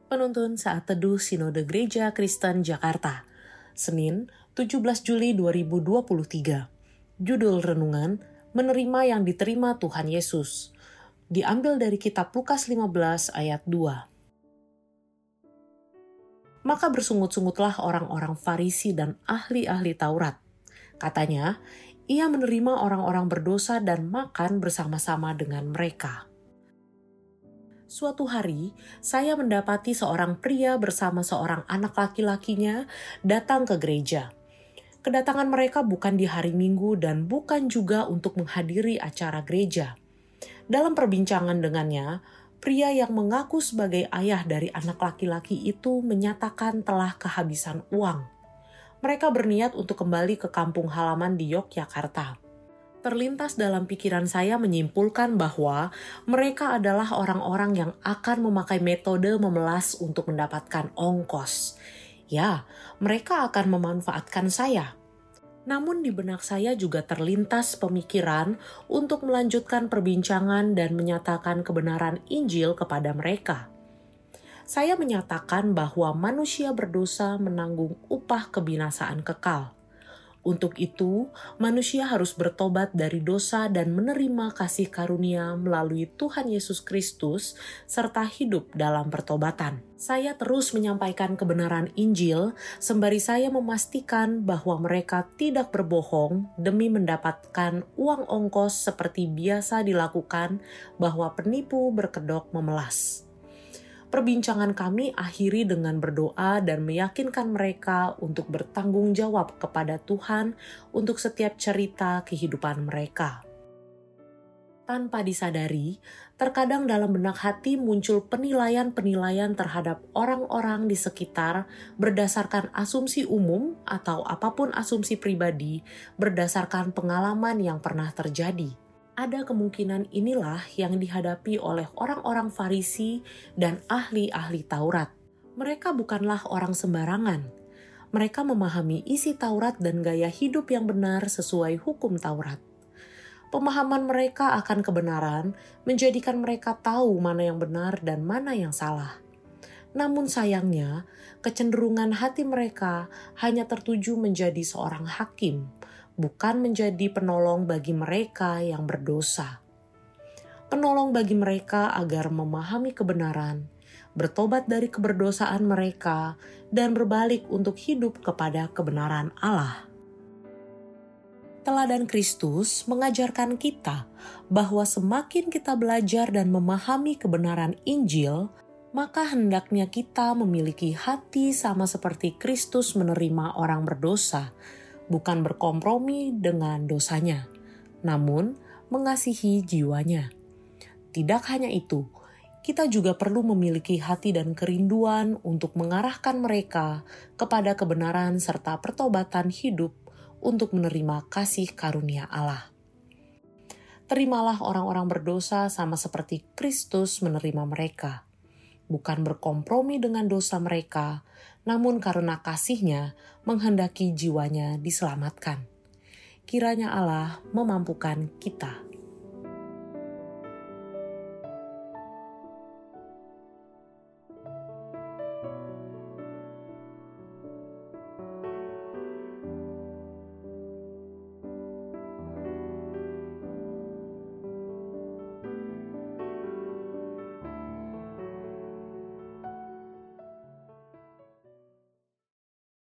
Penuntun Saat Teduh Sinode Gereja Kristen Jakarta, Senin 17 Juli 2023. Judul Renungan, Menerima yang Diterima Tuhan Yesus. Diambil dari kitab Lukas 15 ayat 2. Maka bersungut-sungutlah orang-orang Farisi dan ahli-ahli Taurat. Katanya, ia menerima orang-orang berdosa dan makan bersama-sama dengan mereka. Suatu hari, saya mendapati seorang pria bersama seorang anak laki-lakinya datang ke gereja. Kedatangan mereka bukan di hari Minggu dan bukan juga untuk menghadiri acara gereja. Dalam perbincangan dengannya, pria yang mengaku sebagai ayah dari anak laki-laki itu menyatakan telah kehabisan uang. Mereka berniat untuk kembali ke kampung halaman di Yogyakarta. Terlintas dalam pikiran saya menyimpulkan bahwa mereka adalah orang-orang yang akan memakai metode memelas untuk mendapatkan ongkos. Ya, mereka akan memanfaatkan saya. Namun di benak saya juga terlintas pemikiran untuk melanjutkan perbincangan dan menyatakan kebenaran Injil kepada mereka. Saya menyatakan bahwa manusia berdosa menanggung upah kebinasaan kekal. Untuk itu, manusia harus bertobat dari dosa dan menerima kasih karunia melalui Tuhan Yesus Kristus serta hidup dalam pertobatan. Saya terus menyampaikan kebenaran Injil sembari saya memastikan bahwa mereka tidak berbohong demi mendapatkan uang ongkos seperti biasa dilakukan bahwa penipu berkedok memelas. Perbincangan kami akhiri dengan berdoa dan meyakinkan mereka untuk bertanggung jawab kepada Tuhan untuk setiap cerita kehidupan mereka. Tanpa disadari, terkadang dalam benak hati muncul penilaian-penilaian terhadap orang-orang di sekitar berdasarkan asumsi umum atau apapun asumsi pribadi berdasarkan pengalaman yang pernah terjadi. Ada kemungkinan inilah yang dihadapi oleh orang-orang Farisi dan ahli-ahli Taurat. Mereka bukanlah orang sembarangan. Mereka memahami isi Taurat dan gaya hidup yang benar sesuai hukum Taurat. Pemahaman mereka akan kebenaran menjadikan mereka tahu mana yang benar dan mana yang salah. Namun sayangnya, kecenderungan hati mereka hanya tertuju menjadi seorang hakim, bukan menjadi penolong bagi mereka yang berdosa. Penolong bagi mereka agar memahami kebenaran, bertobat dari keberdosaan mereka, dan berbalik untuk hidup kepada kebenaran Allah. Teladan Kristus mengajarkan kita bahwa semakin kita belajar dan memahami kebenaran Injil, maka hendaknya kita memiliki hati sama seperti Kristus menerima orang berdosa, bukan berkompromi dengan dosanya, namun mengasihi jiwanya. Tidak hanya itu, kita juga perlu memiliki hati dan kerinduan untuk mengarahkan mereka kepada kebenaran serta pertobatan hidup untuk menerima kasih karunia Allah. Terimalah orang-orang berdosa sama seperti Kristus menerima mereka, bukan berkompromi dengan dosa mereka, namun karena kasih-Nya menghendaki jiwanya diselamatkan. Kiranya Allah memampukan kita.